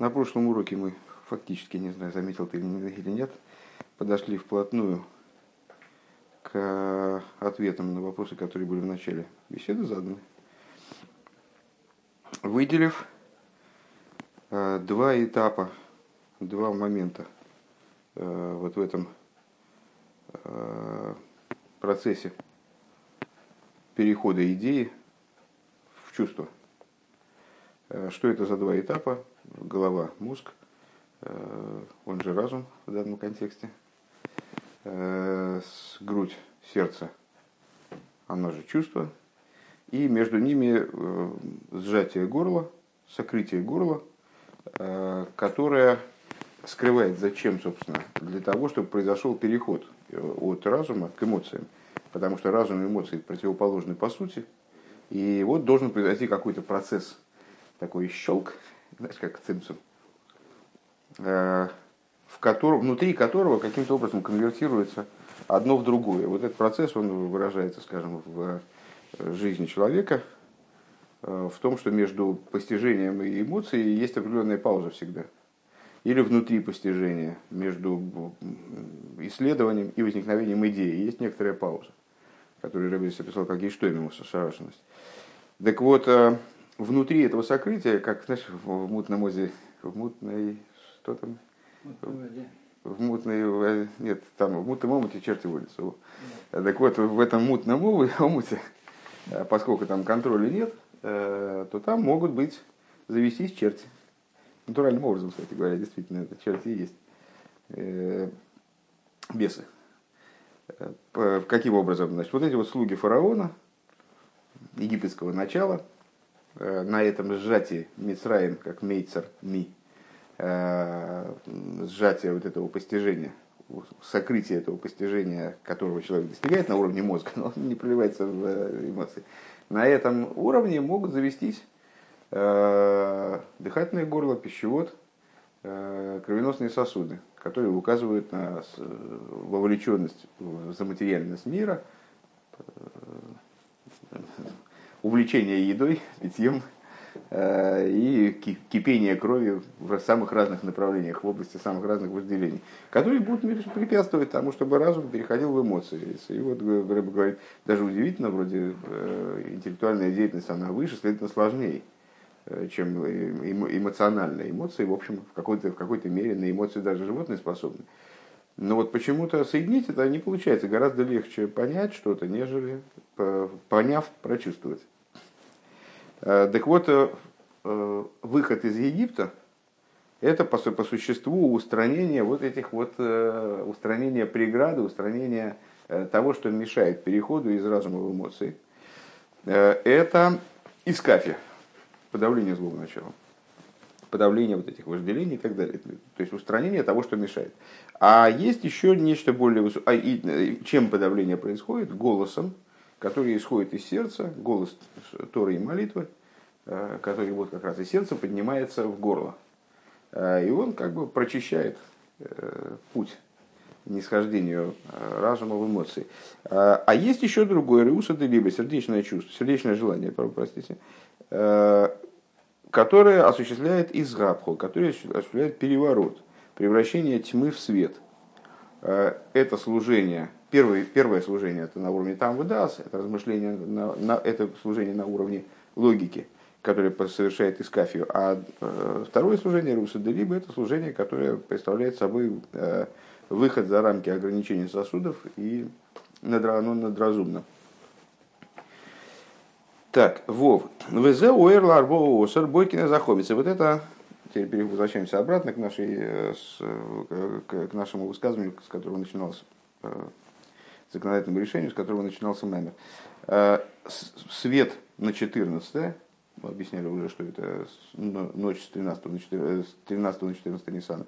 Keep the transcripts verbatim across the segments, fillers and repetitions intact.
На прошлом уроке мы фактически, не знаю, заметил ты или нет, подошли вплотную к ответам на вопросы, которые были в начале беседы заданы, выделив э, два этапа, два момента э, вот в этом э, процессе перехода идеи в чувство. Что это за два этапа? Голова, мозг, он же разум в данном контексте, грудь, сердце, оно же чувство, и между ними сжатие горла, сокрытие горла, которое скрывает зачем, собственно, для того, чтобы произошел переход от разума к эмоциям, потому что разум и эмоции противоположны по сути, и вот должен произойти какой-то процесс, такой щелк, знаешь, как цимсум, в котором, внутри которого каким-то образом конвертируется одно в другое. Вот этот процесс, он выражается, скажем, в жизни человека, в том, что между постижением и эмоцией есть определенная пауза всегда. Или внутри постижения, между исследованием и возникновением идеи, есть некоторая пауза, которую Ребе описал как гейштоймимус, ошарашенность. Так вот, внутри этого сокрытия, как, знаешь, в мутном озере, в мутной, что там? В мутной, нет, там в мутном омуте черти водятся. Да. Так вот, в этом мутном омуте, поскольку там контроля нет, то там могут быть, завестись черти. Натуральным образом, кстати говоря, действительно, это черти и есть. Бесы. Каким образом? Значит, вот эти вот слуги фараона, египетского начала, на этом сжатии Мицраим, как мейцер ми, сжатие вот этого постижения, сокрытие этого постижения, которого человек достигает на уровне мозга, но он не проливается в эмоции. На этом уровне могут завестись дыхательное горло, пищевод, кровеносные сосуды, которые указывают на вовлеченность в заматериальность мира, увлечение едой, питьем и кипение крови в самых разных направлениях, в области самых разных вожделений, которые будут препятствовать тому, чтобы разум переходил в эмоции. И вот Рэбе говорит, даже удивительно, вроде интеллектуальная деятельность, она выше, следовательно, сложнее, чем эмоциональная. Эмоции, в общем, в какой-то, в какой-то мере на эмоции даже животные способны. Но вот почему-то соединить это не получается. Гораздо легче понять что-то, нежели поняв, прочувствовать. Так вот, выход из Египта – это по, по существу устранение вот этих вот, устранение преграды, устранение того, что мешает переходу из разума в эмоции. Это искафия, подавление злого начала, подавление вот этих вожделений и так далее. То есть устранение того, что мешает. А есть еще нечто более высокое. А и, чем подавление происходит? Голосом, который исходит из сердца, голос Торы и молитвы, который вот как раз из сердца поднимается в горло. И он как бы прочищает путь нисхождению разума в эмоции. А есть еще другое, реуса де либо, сердечное чувство, сердечное желание, простите, которое осуществляет изгабху, которое осуществляет переворот, превращение тьмы в свет. Это служение, первое, первое служение это на уровне тамвудас, это размышление, на, на, это служение на уровне логики, которое совершает искафию. А второе служение, руса де либо, это служение, которое представляет собой выход за рамки ограничения сосудов и оно надразумно. Так, Вов. ВЗ уэрла арбо осар бойкина захомится. Вот это, теперь возвращаемся обратно к, нашей, к нашему высказыванию, с которого начинался, законодательному решению, с которого начинался мемер. Свет на четырнадцатое, мы объясняли уже, что это ночь с тринадцатого на четырнадцатое Ниссана.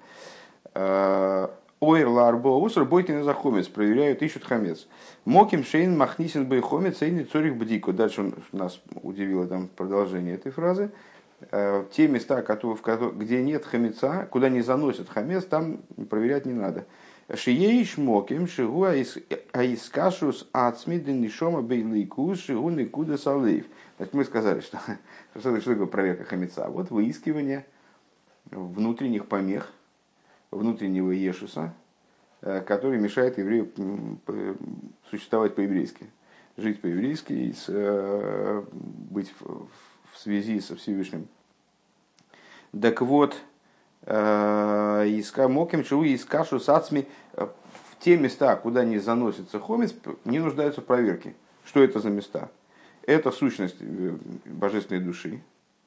Ойр ларбо уср бойкин захомец, проверяют, ищут хамец. Моким шейн махнисин бей хомец, эйни цорих бдику. Дальше он, нас удивило там продолжение этой фразы. Те места, где нет хамеца, куда не заносят хамец, там проверять не надо. Шиеиш моким шигу аискашус ацмиден нишома бейликус шигу никуда салеев. Значит, мы сказали, что, что, что такое проверка хамеца. Вот выискивание внутренних помех, внутреннего ешуса, который мешает еврею существовать по-еврейски, жить по-еврейски и быть в связи со Всевышним. Так вот, моким чу и скашу сацми, в те места, куда не заносится хомец, не нуждаются в проверке. Что это за места? Это сущность божественной души.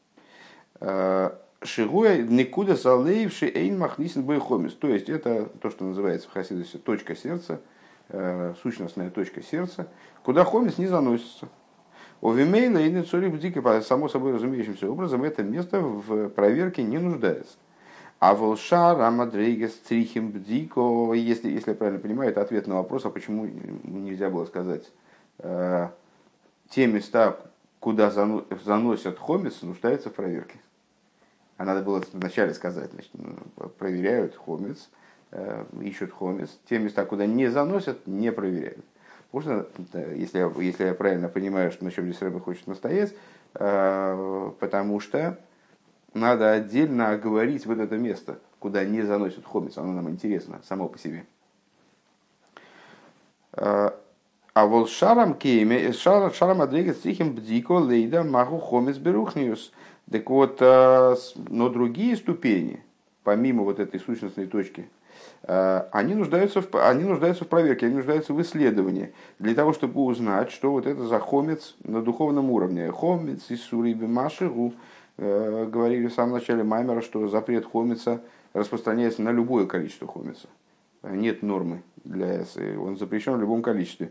Шигуя никуда залеевший эйн махнисен бой хомец. То есть это то, что называется в хасидусе точка сердца, сущностная точка сердца, куда хомец не заносится. Овимейла и нецори бдика, само собой разумеющимся образом, это место в проверке не нуждается. А волшар амадрейгес трихим бдико, если, если я правильно понимаю, это ответ на вопрос, а почему нельзя было сказать э, те места, куда заносят хомец, нуждаются в проверке. А надо было вначале сказать, значит, проверяют хомец, э, ищут хомец. Те места, куда не заносят, не проверяют. Можно, если я, если я правильно понимаю, что на чем здесь Рэбе хочет настоять, э, потому что надо отдельно оговорить вот это место, куда не заносят хомец. Оно нам интересно само по себе. А вот шарам кейме, шарам адрегет стихим бдико лейда маху хомец берухниус. Так вот, но другие ступени, помимо вот этой сущностной точки, они нуждаются, в, они нуждаются в проверке, они нуждаются в исследовании, для того, чтобы узнать, что вот это за хомец на духовном уровне. Хомец из сури бимашигу, говорили в самом начале Маймера, что запрет хомеца распространяется на любое количество хомеца. Нет нормы, для, он запрещен в любом количестве.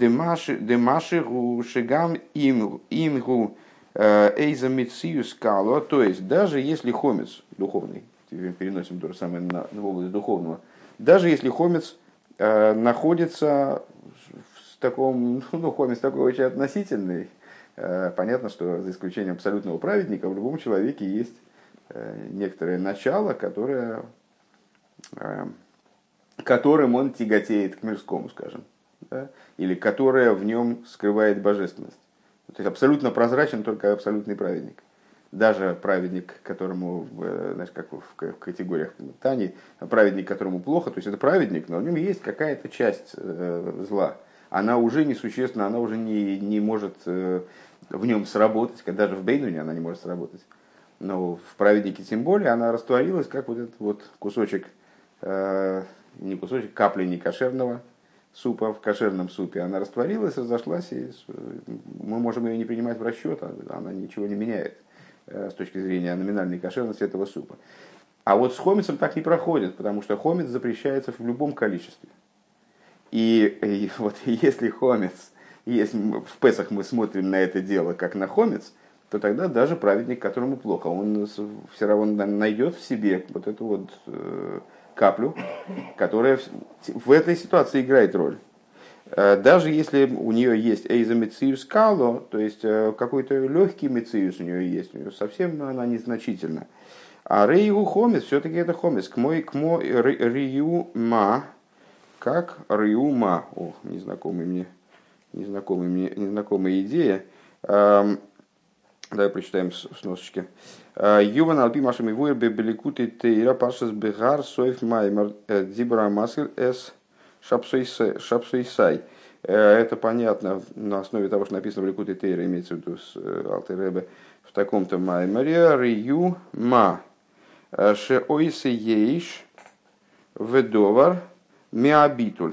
Демашигу шигам имгу эйзамициус кало, то есть даже если хомец духовный, переносим то же самое на, на область духовного, даже если хомец э, находится в таком, ну, хомец такой очень относительный, э, понятно, что за исключением абсолютного праведника в любом человеке есть э, некоторое начало, которое, э, которым он тяготеет к мирскому, скажем, да? Или которое в нем скрывает божественность. То есть абсолютно прозрачен только абсолютный праведник. Даже праведник, которому, знаешь, как в категориях Тани, праведник, которому плохо, то есть это праведник, но в нем есть какая-то часть зла. Она уже несущественна, она уже не, не может в нем сработать, даже в Бейнуне она не может сработать. Но в праведнике тем более она растворилась, как вот этот вот кусочек, не кусочек, капли некошерного супа в кошерном супе. Она растворилась, разошлась, и мы можем ее не принимать в расчет, она ничего не меняет с точки зрения номинальной кошерности этого супа. А вот с хомецом так не проходит, потому что хомец запрещается в любом количестве. И, и вот если хомец, если в Песах мы смотрим на это дело как на хомец, то тогда даже праведник, которому плохо, он все равно найдет в себе вот эту вот э, каплю, которая в, в этой ситуации играет роль. Даже если у нее есть эйзомециус кало, то есть какой-то легкий мециус у нее есть, у нее совсем она незначительна. А рейгу хомец, все-таки это хомец. К мой, к мой рию ма, как рию ма. О, незнакомый мне, незнакомый мне, незнакомая идея. Давай прочитаем с носочки. Юван алпи машами вуэр бебеликуты тейра пашас бегар соев маймар дибра масл эс Шапсуисай. Это понятно на основе того, что написано в Ликуте Тейра, имеется в виду с Алтер Ребе в таком-то маймаре. Рию ма ше ойсе ейш ведовар миабитуль.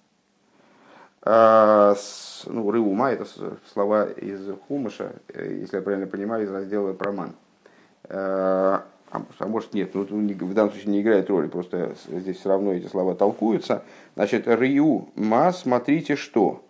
Ну, рыума — это слова из Хумаша, если я правильно понимаю, из раздела Проман. А, а может нет, ну, в данном случае не играет роли, просто здесь все равно эти слова толкуются. Значит, рию ма, смотрите что.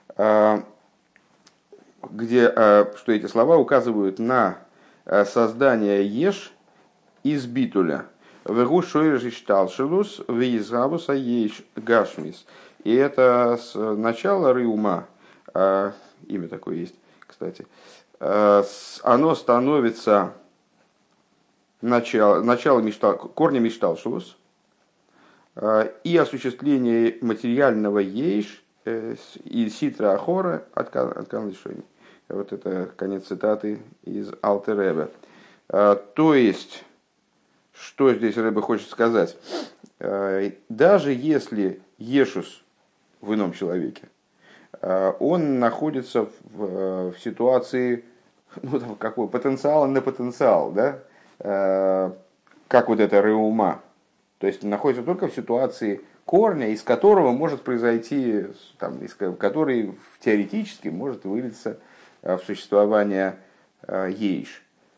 Где, что эти слова указывают на создание еш из битуля. Вегу шойрж ишталшелус веизгабуса еш гашмис. И это с начала рыума, имя такое есть, кстати, оно становится начало, начало мечтал, корнем мечталшус и осуществление материального ейш и ситра ахора от канлишони. Вот это конец цитаты из Алтер Ребе. То есть Что здесь Рэбе хочет сказать? Даже если ешус в ином человеке, он находится в, в ситуации, ну, там, какой потенциал на потенциал, да? Как вот это реума. То есть находится только в ситуации корня, из которого может произойти, там, из, который теоретически может вылиться в существование ейш.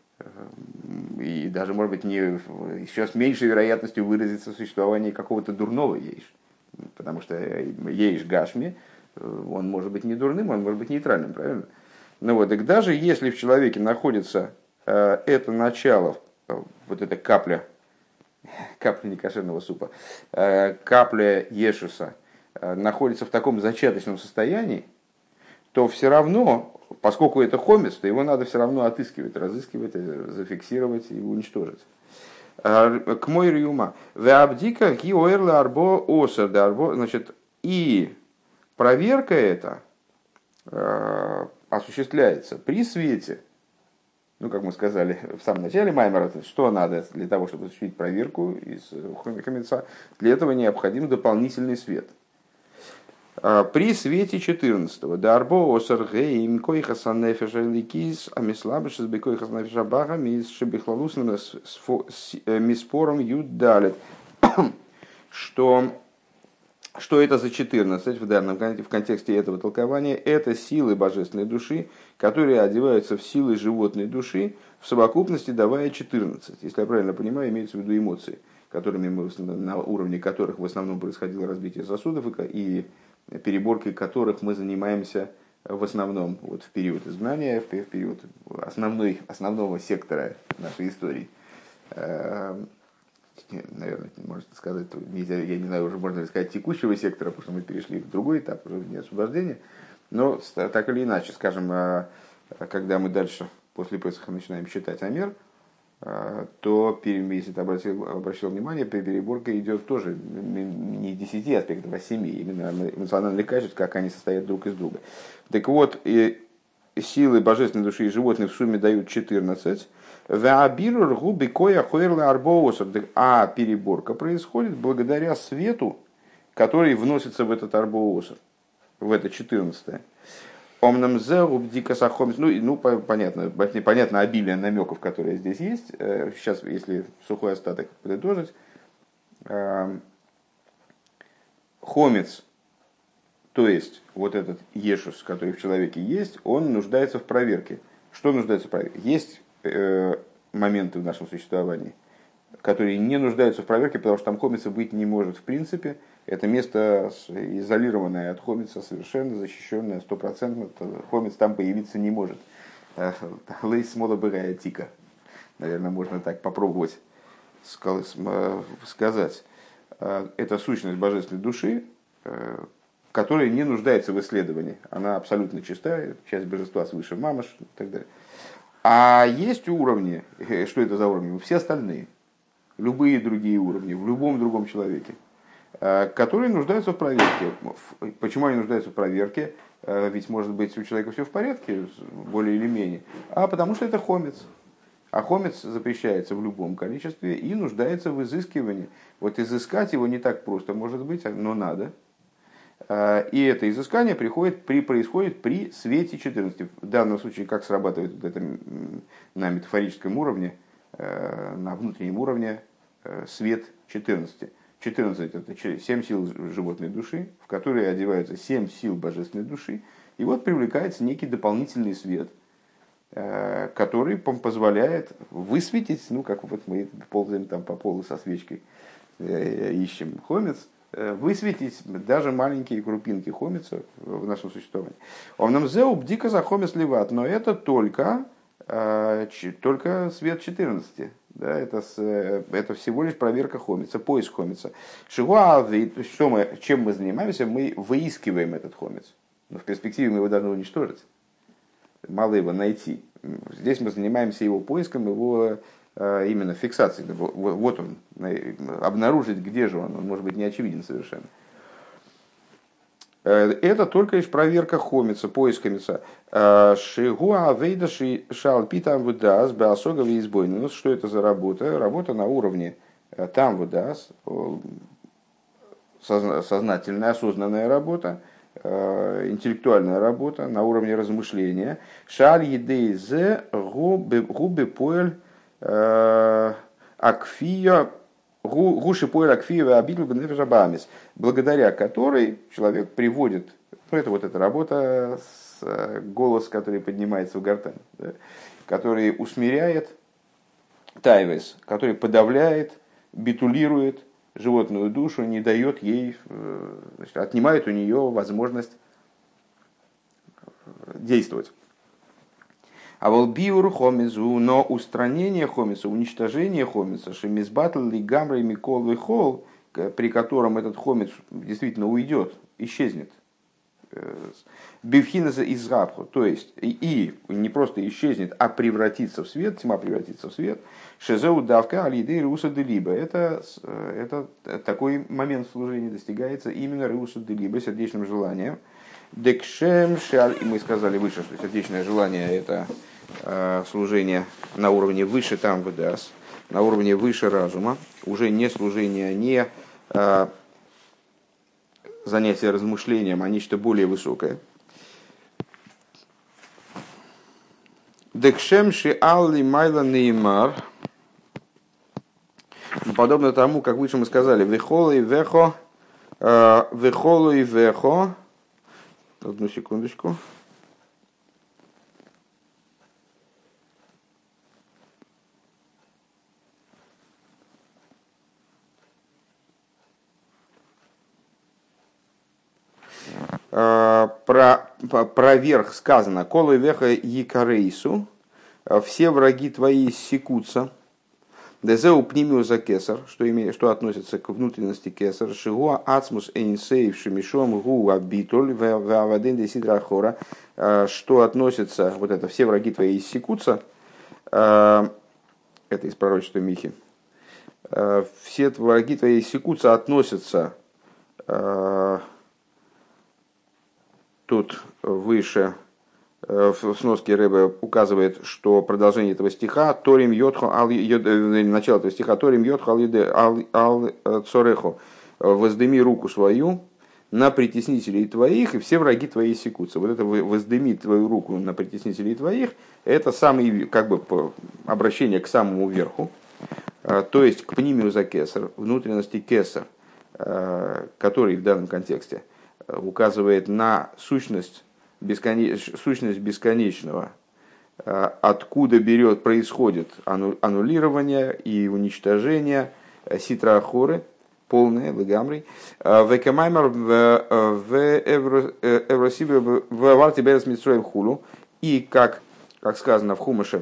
И даже, может быть, не, еще с меньшей вероятностью выразится в существовании какого-то дурного ейш. Потому что ейш гашми, он может быть не дурным, он может быть нейтральным, правильно? Ну вот, и даже если в человеке находится э, это начало, э, вот эта капля, капля некошерного супа, э, капля ешуса, э, находится в таком зачаточном состоянии, то все равно, поскольку это хомец, то его надо все равно отыскивать, разыскивать, зафиксировать и уничтожить. К мой риума. Веабдика гиоэрла арбо осер, значит, и проверка эта э, осуществляется при свете. Ну, как мы сказали в самом начале маймера, что надо для того, чтобы осуществить проверку из хомеца, для этого необходим дополнительный свет. При свете четырнадцатого. Дарбо осер гейм койхаса нефеша ликис, а мислабыш с бекойхас нефеша бага мис шебихлалусным с миспором юдалет. Что Что это за четырнадцать в данном в контексте этого толкования? Это силы божественной души, которые одеваются в силы животной души, в совокупности давая четырнадцать. Если я правильно понимаю, имеется в виду эмоции, которыми мы, на уровне которых в основном происходило разбитие сосудов и переборкой которых мы занимаемся в основном вот, в период изгнания, в период основной, основного сектора нашей истории. Наверное, можно сказать, нельзя, я не знаю, уже можно ли сказать текущего сектора, потому что мы перешли в другой этап уже не освобождения. Но так или иначе, скажем, когда мы дальше после Песаха начинаем считать Амер, то, если ты обратил, обращал внимание, переборка идет тоже не десяти аспектов, а семи. Именно эмоциональный качеств, как они состоят друг из друга. Так вот, и силы божественной души и животных в сумме дают четырнадцать. А переборка происходит благодаря свету, который вносится в этот арбоосер, в это четырнадцатое. Омнам дика сахомис. Ну, ну, понятно, понятно обилие намеков, которые здесь есть. Сейчас, если сухой остаток подытожить, хомец, то есть вот этот ешус, который в человеке есть, он нуждается в проверке. Что нуждается в проверке? Есть э, моменты в нашем существовании, которые не нуждаются в проверке, потому что там хомица быть не может в принципе. Это место изолированное от хомица, совершенно защищенное, стопроцентно. Хомец там появиться не может. Лейс смола бырая тика. Наверное, можно так попробовать сказать. Это сущность божественной души, которая не нуждается в исследовании. Она абсолютно чистая, часть божества свыше мамаш и так далее. А есть уровни, что это за уровни? Все остальные, любые другие уровни, в любом другом человеке, которые нуждаются в проверке. Почему они нуждаются в проверке? Ведь может быть у человека все в порядке, более или менее. А потому что это хомец. А хомец запрещается в любом количестве и нуждается в изыскивании. Вот изыскать его не так просто может быть, но надо. И это изыскание приходит, при, происходит при свете четырнадцати. В данном случае, как срабатывает вот это на метафорическом уровне, на внутреннем уровне свет четырнадцати. четырнадцать это семь сил животной души, в которые одеваются семь сил божественной души. И вот привлекается некий дополнительный свет, который позволяет высветить, ну как вот мы ползаем там по полу со свечкой, ищем хомец, высветить даже маленькие крупинки хомица в нашем существовании. Он нам зеу бдика за хомец ливат, но это только, только свет четырнадцати. Да, это, это всего лишь проверка хомица, поиск хомица. Что мы, чем мы занимаемся? Мы выискиваем этот хомец. Но в перспективе мы его должны уничтожить. Мало его найти. Здесь мы занимаемся его поиском, его именно фиксацией. Вот он, обнаружить, где же он. Он может быть не очевиден совершенно. Это только лишь проверка хомица, поиск хомица. Шигуа авейда шалпи там выдас, беосоговый избойный. Что это за работа? Работа на уровне там выдас, сознательная, осознанная работа, интеллектуальная работа на уровне размышления. Шаль едей зе губы поэль акфия гуши поэль акфия абитл бенефишабамис, благодаря которой человек приводит, ну это вот эта работа, голос, который поднимается в гортань, да, который усмиряет тайвес, который подавляет, битулирует животную душу, не дает ей, значит, отнимает у нее возможность действовать. А волбиур хомизу, но устранение хомиса, уничтожение хомиса, шемизбатл ли гамра и микол вихол, при котором этот хомис действительно уйдет, исчезнет. Бифхинаса из рабху, то есть и, и не просто исчезнет, а превратится в свет, тьма превратится в свет. Шезеу давка алидей руса делиба. Это, это такой момент служения достигается именно руса делиба, сердечным желанием. Декшем шаль, и мы сказали выше, что сердечное желание это э, служение на уровне выше там выдас, на уровне выше разума, уже не служение, не э, занятие размышлением, а нечто более высокое. Декшем ши алли майла неймар. Подобно тому, как выше мы сказали, вехоло и вехо, вехоло и вехо. Одну секундочку. Про, про верх сказано: «Колы веха якарейсу», все враги твои секутся. Дезеу пнимиуза кесар, что, имеет, что относится к внутренности кесар. Шигуа ацмус эйнсейв шемишом гуа битуль ваваден десидра хора, что относится, вот это все враги твои секутся, это из пророчества Михи. Все враги твои секутся относятся. Тут выше в сноске Ребе указывает, что продолжение этого стиха Торим Йодхо ал начало этого стиха Торим Йодхо ал ал цорехо, воздыми руку свою на притеснителей твоих, и все враги твои секутся. Вот это воздыми твою руку на притеснителей твоих, это самый, как бы, обращение к самому верху, то есть к пнимиуза кесар, внутренности кесар, который в данном контексте указывает на сущность, бесконеч... сущность бесконечного, откуда берет, происходит аннулирование и уничтожение ситра ахоры, полное, легамрий. Векамаймар в Евросибе в Вартиберес Митсроем хулу. И как, как сказано в Хумаше,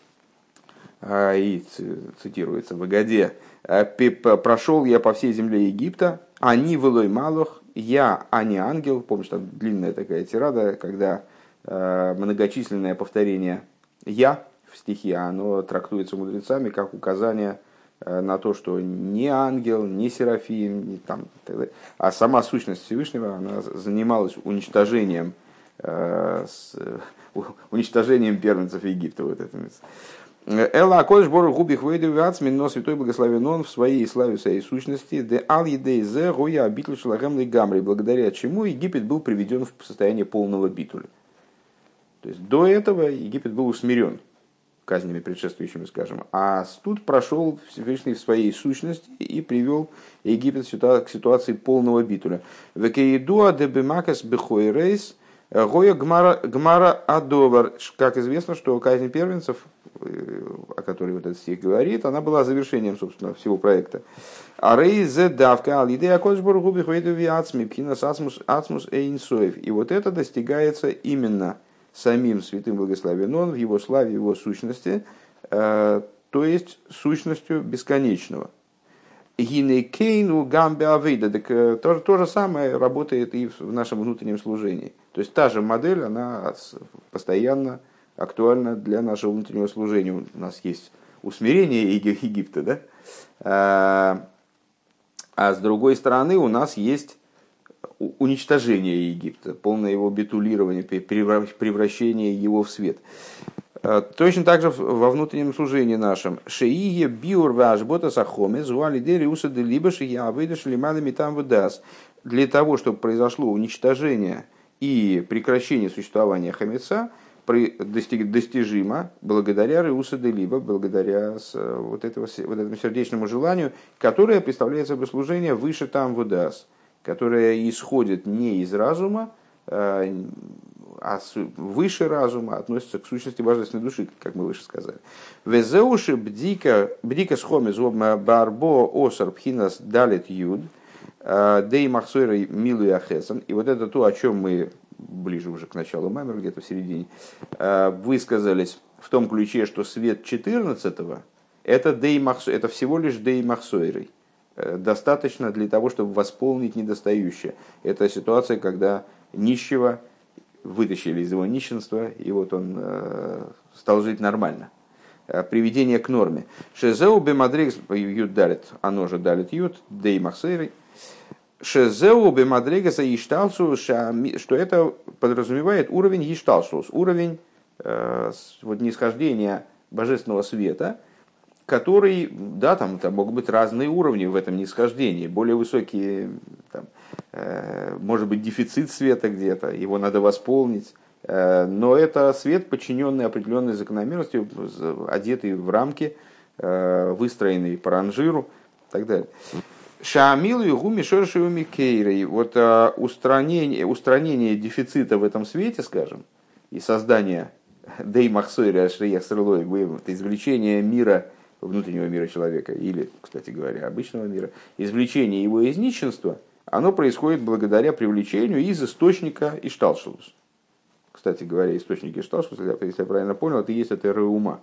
и цитируется в Агаде, прошел я по всей земле Египта, они вылой малых, я, а не ангел. Помнишь, там длинная такая тирада, когда э, многочисленное повторение «я» в стихе, оно трактуется мудрецами как указание э, на то, что не ангел, не серафим, не там, так далее. А сама сущность Всевышнего, она занималась уничтожением, э, с, уничтожением первенцев Египта. Вот это. Элла Акодыш Бору Губих Вейдевацмин, но Святой Благословен Он в своей славе, в своей сущности, де ал едей зе гоя абитуль шалахем лигамри, благодаря чему Египет был приведен в состояние полного битуля. То есть до этого Египет был усмирен казнями предшествующими, скажем, а тут прошел Всевышний в своей сущности и привел Египет к ситуации полного битуля. Векеидуа де бемакас бехойрейс гоя гмара адовар. Как известно, что казнь первенцев, о которой вот этот стих говорит, она была завершением, собственно, всего проекта. А рейзе давка алидея кодшбор губих вейдуви ацми пхинас ацмус эйнсоев. И вот это достигается именно самим святым благословен Он в его славе, в его сущности, то есть сущностью бесконечного. Гинекейну гамбе авейда. Так то, то же самое работает и в нашем внутреннем служении. То есть та же модель, она постоянно актуальна для нашего внутреннего служения. У нас есть усмирение Египта, да? А, а с другой стороны у нас есть уничтожение Египта, полное его битулирование, превращение его в свет. Точно так же во внутреннем служении нашем. Шеие биур вашбота сахоме зуали дериуса де либо шия выдашь лиманами там выдаст. Для того, чтобы произошло уничтожение и прекращение существования хамеца, достижимо благодаря Реуса де Либо, благодаря вот, этого, вот этому сердечному желанию, которое представляет собой служение выше там выдаст, которое исходит не из разума, а выше разума, относится к сущности божественной души, как мы выше сказали. Везеуши бдика бдика схомез барбо осар пхинас далит юд дей махсойрой милу яхесан. И вот это то, о чем мы ближе уже к началу маймера, где-то в середине, высказались в том ключе, что свет четырнадцатого это, это всего лишь дей махсойрой. Достаточно для того, чтобы восполнить недостающее. Это ситуация, когда нищего вытащили из его нищенства, и вот он стал жить нормально. Приведение к норме. Шезеу бемадрегс ют далит, оно же далит ют, дей махсойрой. Шезеу бемадрегаса ишталсу, что это подразумевает уровень ишталсус, уровень э, вот, нисхождения божественного света, который, да, там, там могут быть разные уровни в этом нисхождении, более высокие, там, э, может быть дефицит света где-то, его надо восполнить, э, но это свет, подчиненный определенной закономерности, одетый в рамки, э, выстроенный по ранжиру и так далее. Шаамилу и гуми шершиуми кейрой. Вот а, устранение, устранение дефицита в этом свете, скажем, и создание дей махсойри ашриях срылой, это извлечение мира, внутреннего мира человека, или, кстати говоря, обычного мира, извлечение его из нищенства, оно происходит благодаря привлечению из источника Ишталшелус. Кстати говоря, источник Ишталшелус, если я правильно понял, это и есть это Реума.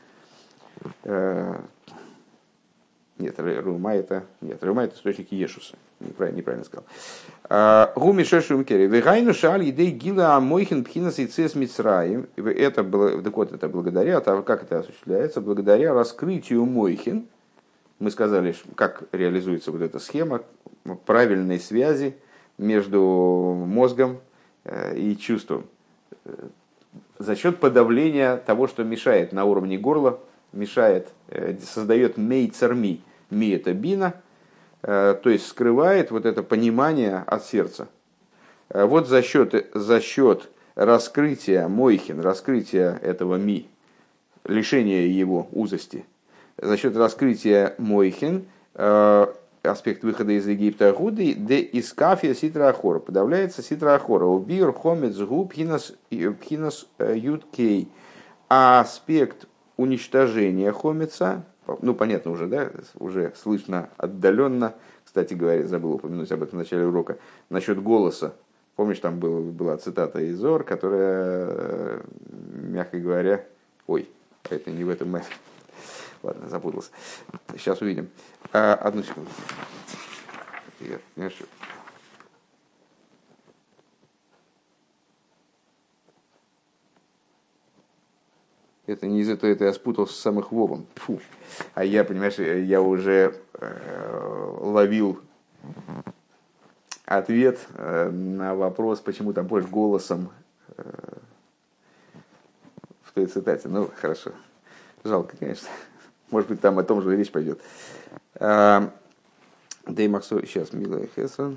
Нет, Рума это, нет, Рума это источник Ешуса. Неправильно, неправильно сказал. Гуми шешум кери. Вегайну шаль идей гила амойхин пхинас и цес мицраим. Это было, так вот, это благодаря, как это осуществляется? Благодаря раскрытию мойхин. Мы сказали, как реализуется вот эта схема правильной связи между мозгом и чувством. За счет подавления того, что мешает на уровне горла, мешает, создает мейцерми, ми это бина, то есть скрывает вот это понимание от сердца. Вот за счет, за счет раскрытия мойхин, раскрытия этого ми, лишения его узости, за счет раскрытия мойхин, аспект выхода из Египта гуды, де из кафия ситра ахора, подавляется ситра ахора, убир хомец губ пхинас юткей, а аспект уничтожение хомица, ну понятно уже, да, уже слышно отдаленно, кстати говоря, забыл упомянуть об этом в начале урока, насчет голоса. Помнишь, там был, была цитата из Зор, которая, мягко говоря, ой, это не в этом месте. Ладно, запутался. Сейчас увидим. А, одну секунду. Я, Это не из-за того, это я спутался с самых Вовом. Фу. А я, понимаешь, я уже э, ловил ответ э, на вопрос, почему там больше голосом э, в той цитате. Ну, хорошо. Жалко, конечно. Может быть, там о том же речь пойдет. Деймаксо, сейчас, милая Хесон.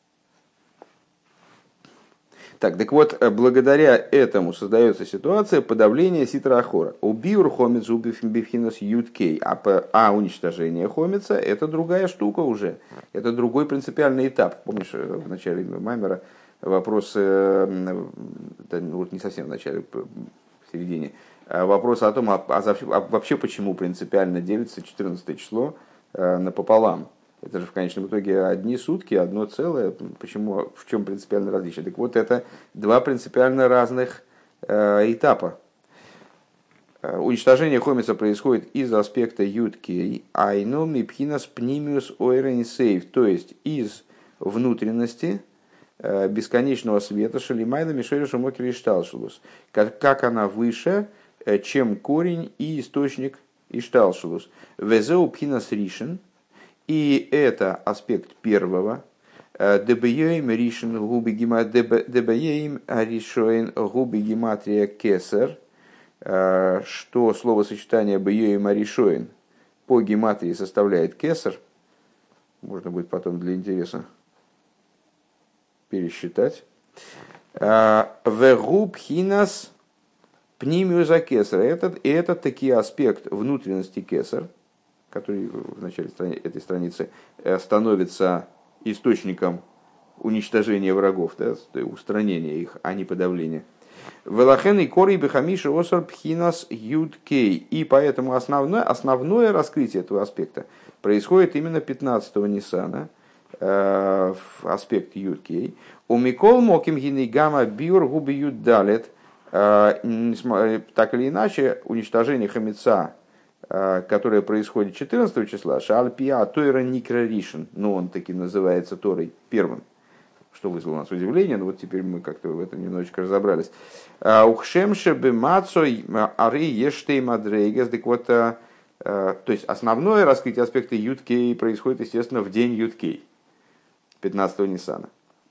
Так, так вот, благодаря этому создается ситуация подавления ситра ахора. Убиур хомец убифинас юткей, а уничтожение хомеца это другая штука уже. Это другой принципиальный этап. Помнишь, в начале Маймера вопрос, да, вот не совсем в начале, в середине, вопрос о том, а, а вообще почему принципиально делится четырнадцатое число напополам. Это же в конечном итоге одни сутки, одно целое. Почему, в чем принципиальное различие? Так вот, это два принципиально разных э, этапа. Уничтожение хомица происходит из аспекта юткей, айно мипхинас пнимиус ойрен сейв, то есть из внутренности э, бесконечного света шалимайна мишери шумокери шталшулус, как, как она выше, э, чем корень и источник ишталшулус. Везеу пхинас ришен. И это аспект первого, Дебеем ришен губи дебеем ришоин губи гематрия кесар, что словосочетание беем ришоин по гематрии составляет кесар. Можно будет потом для интереса пересчитать. Вегуб хинас пнимиуза кесар. Этот, и этот таки аспект внутренности кесар, который в начале этой страницы становится источником уничтожения врагов, да, устранения их, а не подавления. Велахен и кори бехамиши осор пхинас юдкей. И поэтому основное, основное раскрытие этого аспекта происходит именно пятнадцатого Ниссана, э, в аспект юдкей. У Микол моким гиней гамма биур губи юддалет. Так или иначе, уничтожение хамеца, которое происходит четырнадцатого числа, шальпия тойра никраришин, но он таки называется Торой первым, что вызвало у нас удивление, но вот теперь мы как-то в этом немножечко разобрались. Ухшемше бемацой ары ештей мадрейгас. Так вот, то есть основное раскрытие аспекта юдкей происходит, естественно, в день юдкей, пятнадцатого Ниссана.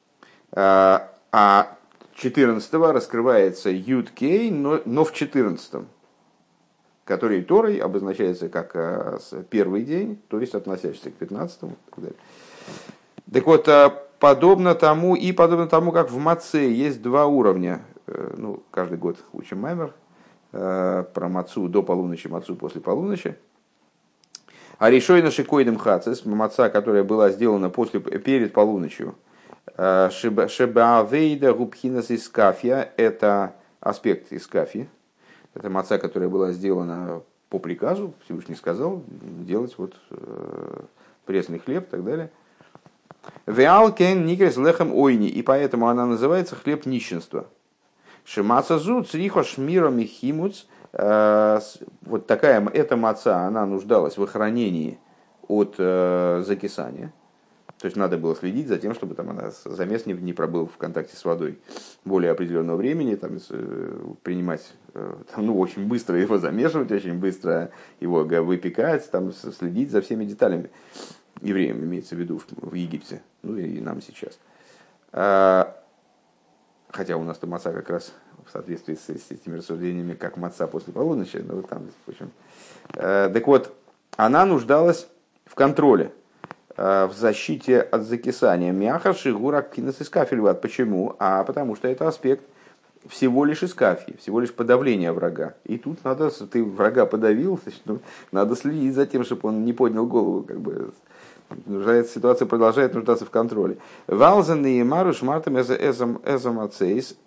А четырнадцатого раскрывается юдкей, но, но в четырнадцатом, который Торой обозначается как первый день, то есть относящийся к пятнадцатому. И так далее. Так вот, подобно тому, и подобно тому, как в Маце есть два уровня, ну, каждый год учим маймер про Мацу до полуночи, Мацу после полуночи. А решойна шикойдем хацис, Маца, которая была сделана после, перед полуночью, Шебаавейда губхинас из кафия, это аспект из кафи. Это маца, которая была сделана по приказу, Всевышний сказал делать вот э, пресный хлеб и так далее. Веалкен никрес лехем ойни, и поэтому она называется хлеб нищенства. Шемаца зу црихо шмиро михимуц. Вот такая эта маца, она нуждалась в охранении от э, закисания. То есть надо было следить за тем, чтобы там она замес не, не пробыл в контакте с водой более определенного времени, там, принимать, там, ну, очень быстро его замешивать, очень быстро его выпекать, там, следить за всеми деталями. Евреям имеется в виду в, в Египте, ну и нам сейчас. А, хотя у нас-то маца как раз в соответствии с, с этими рассуждениями, как маца после полуночи, но там, в общем. А, так вот, она нуждалась в контроле, в защите от закисания. Мяхар шигурак кинес из кафельват. Почему? А потому что это аспект всего лишь из кафи, всего лишь подавления врага. И тут надо, ты врага подавил, значит, ну, надо следить за тем, чтобы он не поднял голову. Как бы, ситуация продолжает нуждаться в контроле. Валзен и маруш мартем эзамацейс.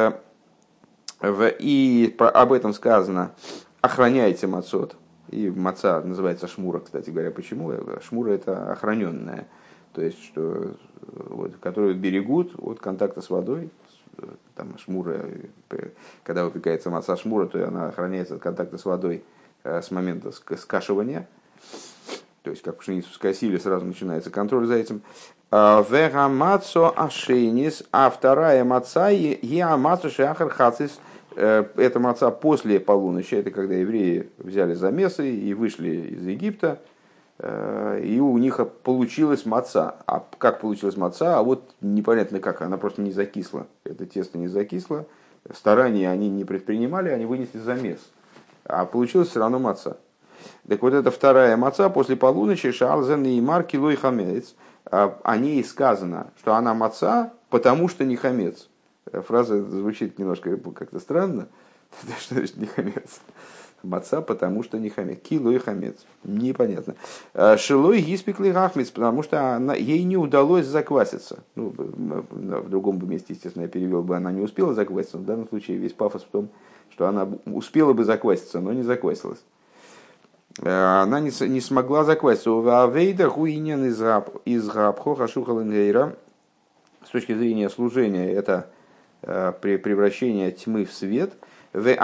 И об этом сказано: охраняйте мацот. И маца называется шмура, кстати говоря. Почему? Шмура — это охраненная, то есть, что, вот, которую берегут от контакта с водой. Там шмура, когда выпекается маца шмура, то она охраняется от контакта с водой с момента скашивания. То есть, как пшеницу скосили, сразу начинается контроль за этим. Вега мацо ашенис, а вторая маца е мацо шахар хацис. Это маца после полуночи, это когда евреи взяли замесы и вышли из Египта, и у них получилась маца. А как получилась маца? А вот непонятно как, она просто не закисла. Это тесто не закисло, старания они не предпринимали, они вынесли замес. А получилась все равно маца. Так вот, это вторая маца после полуночи, шаалзен и марки лой хамец. О ней сказано, что она маца, потому что не хамец. Фраза звучит немножко как-то странно. Что значит не хамец? Маца, потому что не хамец. Килой хамец. Непонятно. Шилой гиспекли гахмец, потому что она, ей не удалось закваситься. Ну, в другом бы месте, естественно, я перевел бы, она не успела закваситься. Но в данном случае весь пафос в том, что она успела бы закваситься, но не заквасилась. Она не, не смогла закваситься. Авейда хуинен из габхо хашухалангейра. С точки зрения служения, это при превращении тьмы в свет. И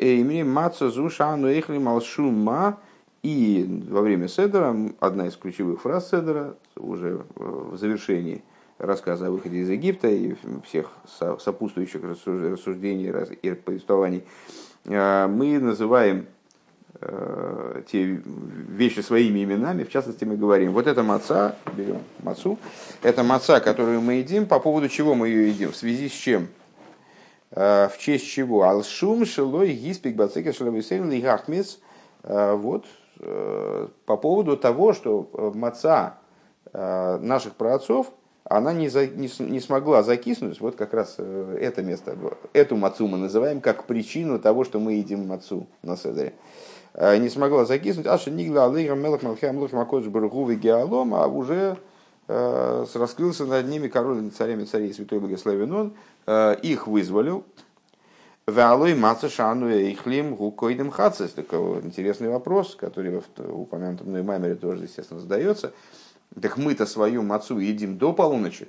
во время седера, одна из ключевых фраз седера, уже в завершении рассказа о выходе из Египта и всех сопутствующих рассуждений и повествований, мы называем э, те вещи своими именами. В частности, мы говорим, вот это маца, берем мацу, это маца, которую мы едим, по поводу чего мы ее едим, в связи с чем? Э, в честь чего? Алшум шелой гиспик бацека шеловисейн лигахмец. Вот, э, по поводу того, что маца э, наших праотцов, она не, за, не, не смогла закиснуть, вот как раз это место, эту мацу мы называем как причину того, что мы едим мацу на седере. Не смогла закиснуть, аша нигла алейха мелах малхам лохим акодж баргу вегиалом, а уже э, раскрылся над ними король над царями царей святой благословен он, э, их вызволил. Валой маца шану ихлим гукойдем хацес. Такой интересный вопрос, который в упомянутом мной маймере тоже, естественно, задается. Так мы-то свою мацу едим до полуночи.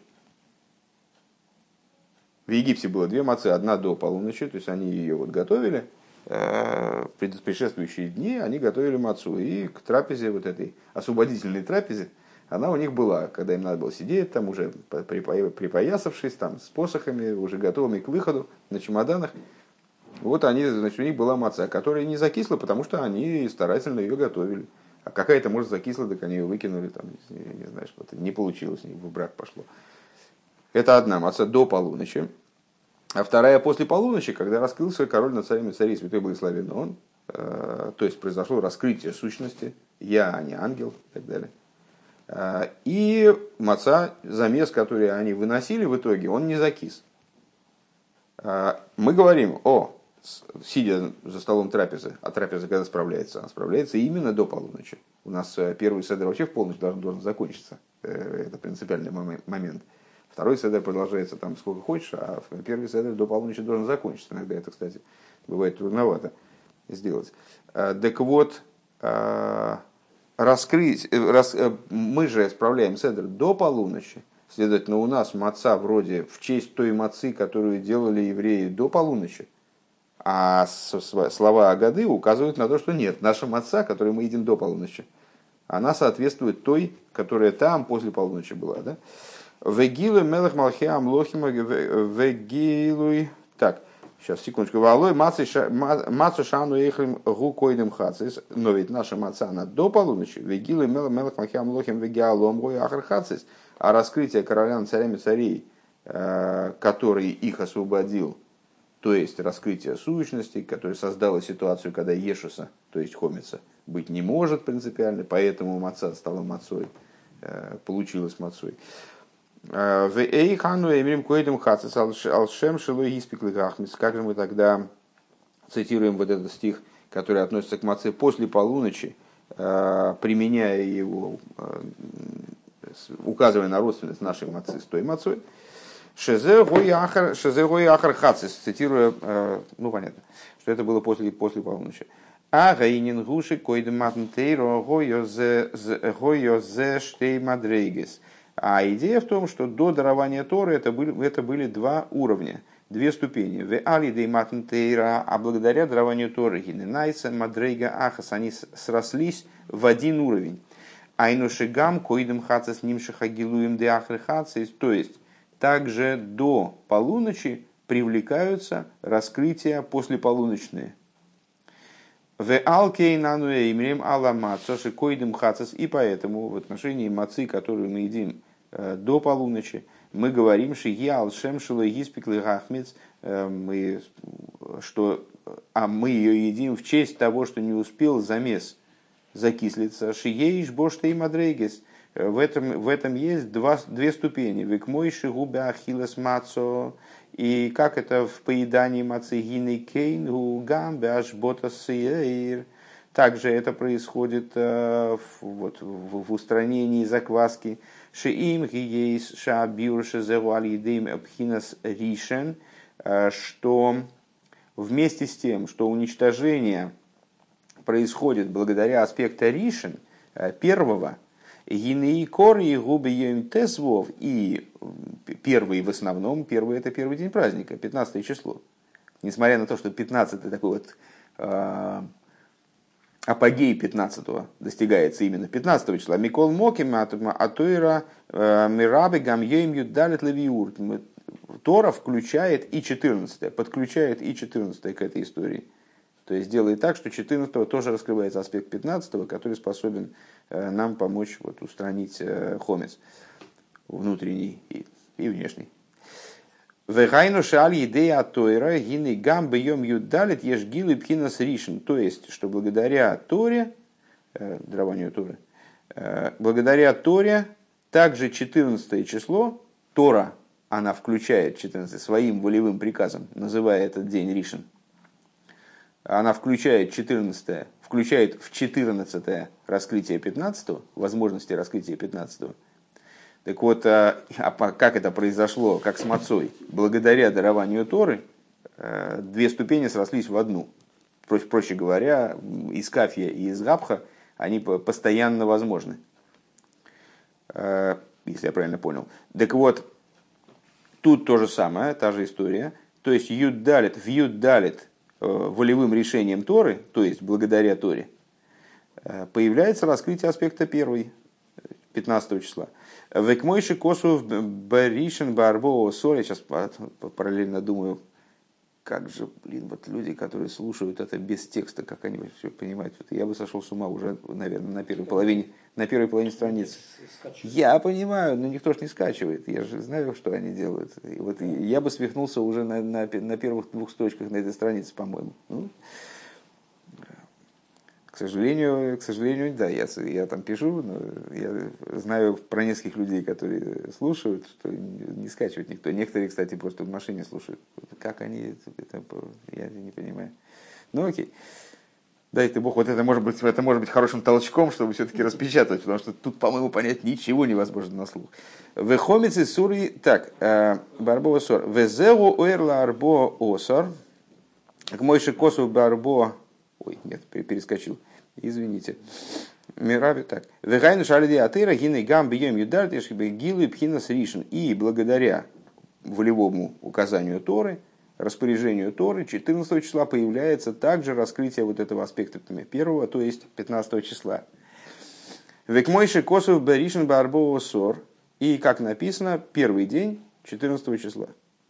В Египте было две мацы, одна до полуночи, то есть они ее вот готовили. В предшествующие дни они готовили мацу. И к трапезе, вот этой освободительной трапезе, она у них была, когда им надо было сидеть, там уже припоясавшись, там, с посохами, уже готовыми к выходу на чемоданах. Вот они, значит, у них была маца, которая не закисла, потому что они старательно ее готовили. А какая-то, может, закисла, так они ее выкинули, там, не знаю, что-то не получилось, у них в брак пошло. Это одна маца до полуночи. А вторая после полуночи, когда раскрылся король над царями царей, святой благословен он, э, то есть произошло раскрытие сущности, я, а не ангел, и так далее. Э, и маца, замес, который они выносили в итоге, он не закис. Э, мы говорим о, сидя за столом трапезы, а трапеза когда справляется? Она справляется именно до полуночи. У нас первый седер вообще в полночь должен, должен закончиться. Это принципиальный момент. Второй седер продолжается там сколько хочешь, а первый седер до полуночи должен закончиться. Иногда это, кстати, бывает трудновато сделать. Так вот, раскрыть, рас, мы же справляем седер до полуночи. Следовательно, у нас маца вроде в честь той мацы, которую делали евреи до полуночи. А слова Агады указывают на то, что нет, наша маца, которую мы едим до полуночи, она соответствует той, которая там после полуночи была. Да? Вегилуй мелах малхиам лохима вегилуй. Так, сейчас, секундочку. Валой мацу шану эхлим гу койдем хацис. Но ведь наша маца, она до полуночи. Вегилуй мелах малхиам лохим вегиалом гой ахар хацис. А раскрытие короля над царями царей, который их освободил, то есть раскрытие сущности, которое создало ситуацию, когда Ешуса, то есть хомица, быть не может принципиально, поэтому маца стала мацой, получилась мацой. Как же мы тогда цитируем вот этот стих, который относится к маце после полуночи, применяя его, указывая на родственность нашей мацы с той мацой? Шезе гой ахар хацис, цитируя, ну понятно, что это было после, после полуночи. А гайнин гуши койдем матнтейро гойозе штей мадрейгес. А идея в том, что до дарования Торы это были, это были два уровня, две ступени. В алидей матнтейра, а благодаря дарованию Торы гиненайса мадрейга ахас, они срослись в один уровень. Айнушигам койдем хацис нимшахагилуем де ахр хацис, то есть также до полуночи привлекаются раскрытия послеполуночные. В алкейнануэ имрем аламацоши койдем хацас, и поэтому в отношении мацы, которую мы едим до полуночи, мы говорим, что я алшем шилой гиспиклы гахмец, мы, что, а мы ее едим в честь того, что не успел замес закислиться. Шиеиш боштей мадрейгес. В этом, в этом есть два, две ступени. Викмойши губе ахиллес мацо. И как это в поедании мацы гины кейн гугам беашбота сиэйр. Также это происходит э, вот, в, в устранении закваски. Шиим гиейс шаабюр шезеву аль-едим абхинас ришен. Что вместе с тем, что уничтожение происходит благодаря аспекту ришен, первого, гинеи кор и губы йом тесвов, и первый в основном, первый это первый день праздника, пятнадцатое число. Несмотря на то, что пятнадцатое такой вот э, апогей пятнадцатого достигается именно пятнадцатого числа. Микол моким атуира мирабы гам йом юдалит левиур. Тора включает и четырнадцатое, подключает и четырнадцатое к этой истории. То есть делает так, что четырнадцатого тоже раскрывается аспект пятнадцатого, который способен нам помочь вот, устранить хомец внутренний и, и внешний. Вегайну шаль идея тойра гины гам бьем юдалит ешгилы пхинас ришен. То есть, что благодаря Торе, э, дарованию Торы, э, благодаря Торе также четырнадцатое число, Тора, она включает четырнадцатое своим волевым приказом, называя этот день ришен. Она включает четырнадцатое, включает в четырнадцатое раскрытие пятнадцатого, возможности раскрытия пятнадцатого. Так вот, а как это произошло, как с мацой? Благодаря дарованию Торы две ступени срослись в одну. Проще говоря, из Кафья и из Габха они постоянно возможны. Если я правильно понял. Так вот, тут то же самое, та же история. То есть Юддалит, в Юддалит волевым решением Торы, то есть благодаря Торе, появляется раскрытие аспекта первый, пятнадцатого числа. Векмойши косу баришен барбо соли. Сейчас параллельно думаю, как же, блин, вот люди, которые слушают это без текста, как они все понимают. Вот я бы сошел с ума уже, наверное, на первой половине, на первой половине страницы. Я понимаю, но никто ж не скачивает. Я же знаю, что они делают. И вот я бы свихнулся уже на, на, на первых двух строчках на этой странице, по-моему. Ну, К сожалению, к сожалению, да, я, я там пишу, но я знаю про нескольких людей, которые слушают, что не скачивает никто. Некоторые, кстати, просто в машине слушают. Как они, это, я не понимаю. Ну окей. Дай ты Бог, вот это может быть, это может быть хорошим толчком, чтобы все-таки распечатать, потому что тут, по-моему, понять ничего невозможно на слух. Вехомицы сури, так, барбо осор. Везеу уэрла арбо осор. К мойши косу барбо. Ой, нет, перескочил. Извините. Мираби так. Вегайну шалиди атыра гины гам бьем юдар тешибе гилу пхинас ришен. И благодаря волевому указанию Торы, распоряжению Торы, четырнадцатого числа появляется также раскрытие вот этого аспекта первого, то есть пятнадцатого числа. Векмойши косов беришен барбо сор. И, как написано, первый день четырнадцатого числа.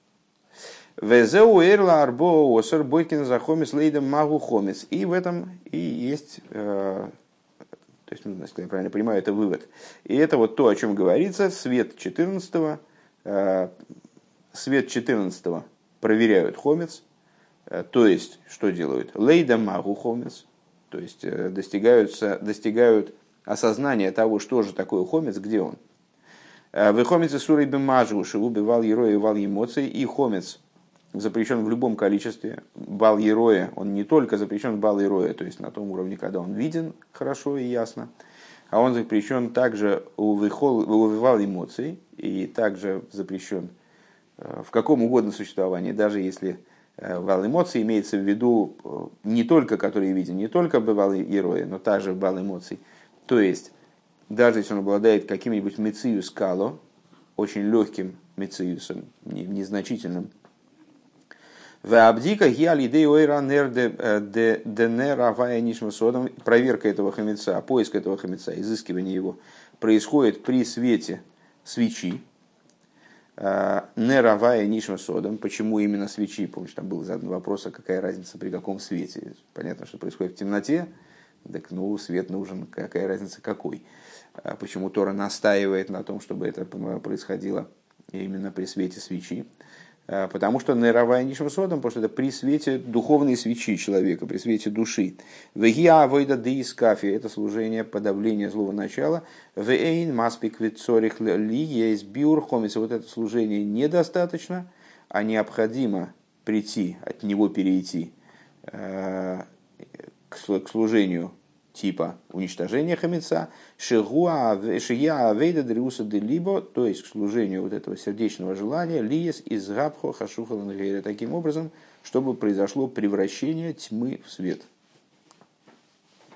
Везеу эрла арбо осер бойкин захомис лейдом магу хомис. И в этом и есть, э, то есть, если я правильно понимаю, это вывод. И это вот то, о чем говорится, свет четырнадцатого, э, свет четырнадцатого проверяют хомец, э, то есть, что делают? Лейдом магу хомис, то есть, э, достигаются, достигают осознания того, что же такое хомец, где он. Вехомец сурой бемажу, шиву бивал ероя и вал эмоций, и хомец запрещен в любом количестве. Бал ероя, он не только запрещен в бал ероя, то есть на том уровне, когда он виден хорошо и ясно, а он запрещен также у вал эмоций, и также запрещен в каком угодно существовании, даже если бал эмоций имеется в виду не только, который виден, не только бал ероя, но также бал эмоций. То есть, даже если он обладает каким-нибудь мециус кало, очень легким мециусом, незначительным, проверка этого хамеца, поиск этого хамеца, изыскивание его происходит при свете свечи. Неравая нишма содом. Почему именно свечи? Помнишь, там был задан вопрос, а какая разница при каком свете? Понятно, что происходит в темноте. Так, ну, свет нужен, какая разница какой? Почему Тора настаивает на том, чтобы это происходило именно при свете свечи? Потому что неравая нишма содом, потому что это при свете духовной свечи человека, при свете души. Вегия авойда деискафи, это служение подавления злого начала. Вейн маспик вицорих ли есть биур хомис, вот это служение недостаточно, а необходимо прийти, от него перейти к служению типа уничтожения хамеца, шигуа авейда дриуса де либо, то есть к служению вот этого сердечного желания, лиес из габхо хашуха лангейра, таким образом, чтобы произошло превращение тьмы в свет.